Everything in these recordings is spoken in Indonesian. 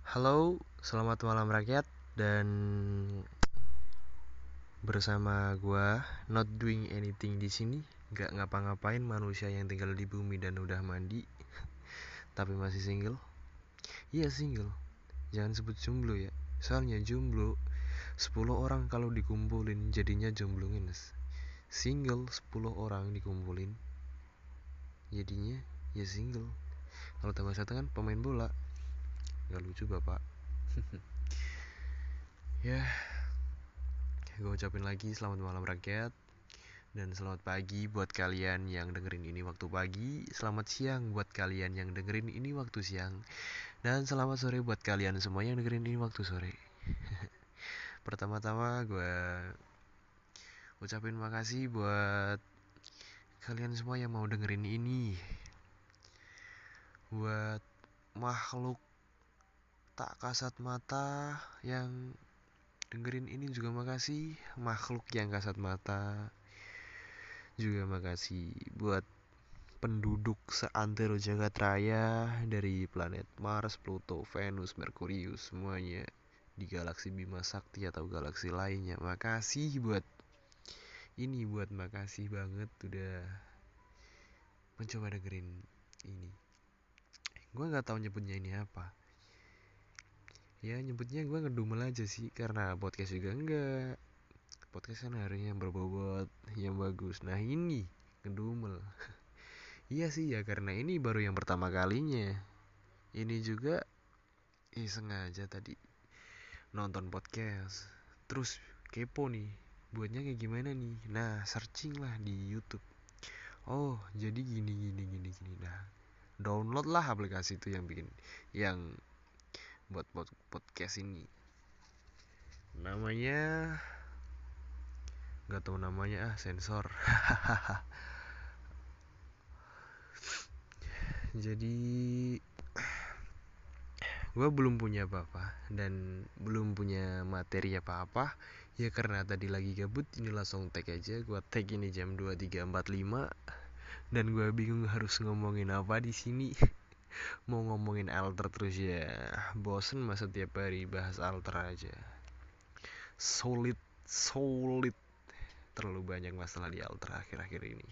Halo, selamat malam rakyat. Dan bersama gua not doing anything di sini, nggak ngapa-ngapain, manusia yang tinggal di bumi dan udah mandi, tapi masih single. Iya single. Jangan sebut jomblo ya. Soalnya jomblo 10 orang kalau dikumpulin jadinya jomblo ngenes. Single 10 orang dikumpulin jadinya ya single. Kalau tambah satu kan pemain bola. Nggak lucu bapak. Ya, gue ucapin lagi selamat malam rakyat. Dan selamat pagi buat kalian yang dengerin ini waktu pagi. Selamat siang buat kalian yang dengerin ini waktu siang. Dan selamat sore buat kalian semua yang dengerin ini waktu sore. Pertama-tama gue ucapin makasih buat kalian semua yang mau dengerin ini. Buat makhluk tak kasat mata yang dengerin ini juga makasih. Makhluk yang kasat mata juga makasih. Buat penduduk seantero jagat raya dari planet Mars, Pluto, Venus, Merkurius, semuanya di galaksi Bima Sakti atau galaksi lainnya. Makasih makasih banget udah mencoba dengerin ini. Gue nggak tahu nyebutnya ini apa. Ya nyebutnya gue ngedumel aja sih, karena podcast juga enggak. Podcast kan harusnya berbobot yang bagus. Nah ini ngedumel. Iya sih ya, karena ini baru yang pertama kalinya. Ini juga sengaja tadi nonton podcast, terus kepo nih buatnya kayak gimana nih. Nah searching lah di YouTube. Oh jadi gini. Nah download lah aplikasi itu yang bikin, yang buat podcast ini. Namanya nggak tahu namanya, sensor. Jadi gue belum punya apa-apa dan belum punya materi apa-apa. Ya karena tadi lagi gabut, ini langsung tag aja. Gue tag ini jam 23.45 dan gue bingung harus ngomongin apa di sini. Mau ngomongin alter terus ya bosen, masa tiap hari bahas alter aja. Solid. Terlalu banyak masalah di alter akhir-akhir ini.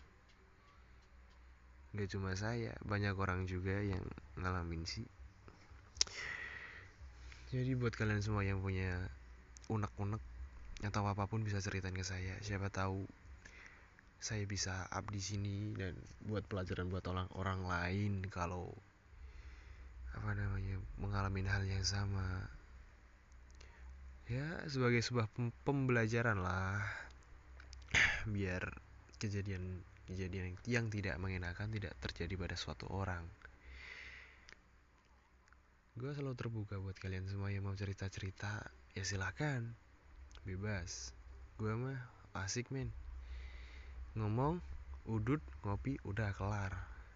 Gak cuma saya, banyak orang juga yang ngalamin sih. Jadi buat kalian semua yang punya unek-unek atau apapun, bisa ceritain ke saya. Siapa tahu saya bisa up di sini dan buat pelajaran buat orang lain kalau mengalami hal yang sama. Ya sebagai sebuah pembelajaran lah, biar kejadian yang tidak mengenakan tidak terjadi pada suatu orang. Gue selalu terbuka buat kalian semua yang mau cerita-cerita. Ya silakan, bebas. Gue mah asik men, ngomong, udut, ngopi, udah kelar.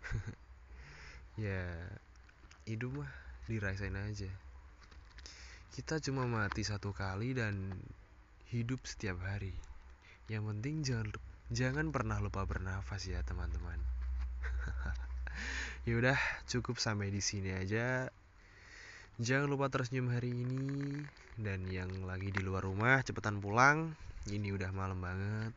Ya hidup mah dirasain aja. Kita cuma mati satu kali dan hidup setiap hari. Yang penting jangan pernah lupa bernafas ya teman-teman. Yaudah cukup sampai di sini aja. Jangan lupa tersenyum hari ini. Dan yang lagi di luar rumah cepetan pulang, ini udah malam banget.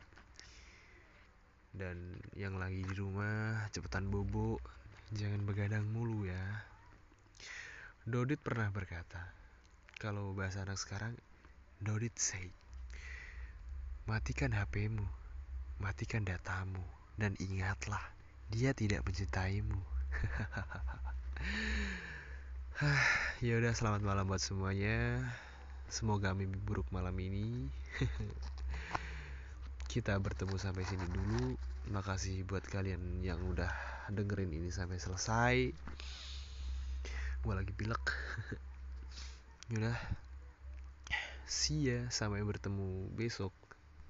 Dan yang lagi di rumah cepetan bobo, jangan begadang mulu ya. Dodit pernah berkata, kalau bahasa anak sekarang, Dodit say, matikan HPmu, matikan datamu, dan ingatlah, dia tidak mencintaimu. Ya udah, selamat malam buat semuanya. Semoga mimpi buruk malam ini. Kita bertemu sampai sini dulu. Makasih buat kalian yang udah dengerin ini sampai selesai. Gue lagi pilek. Yaudah, see ya, sampai bertemu besok.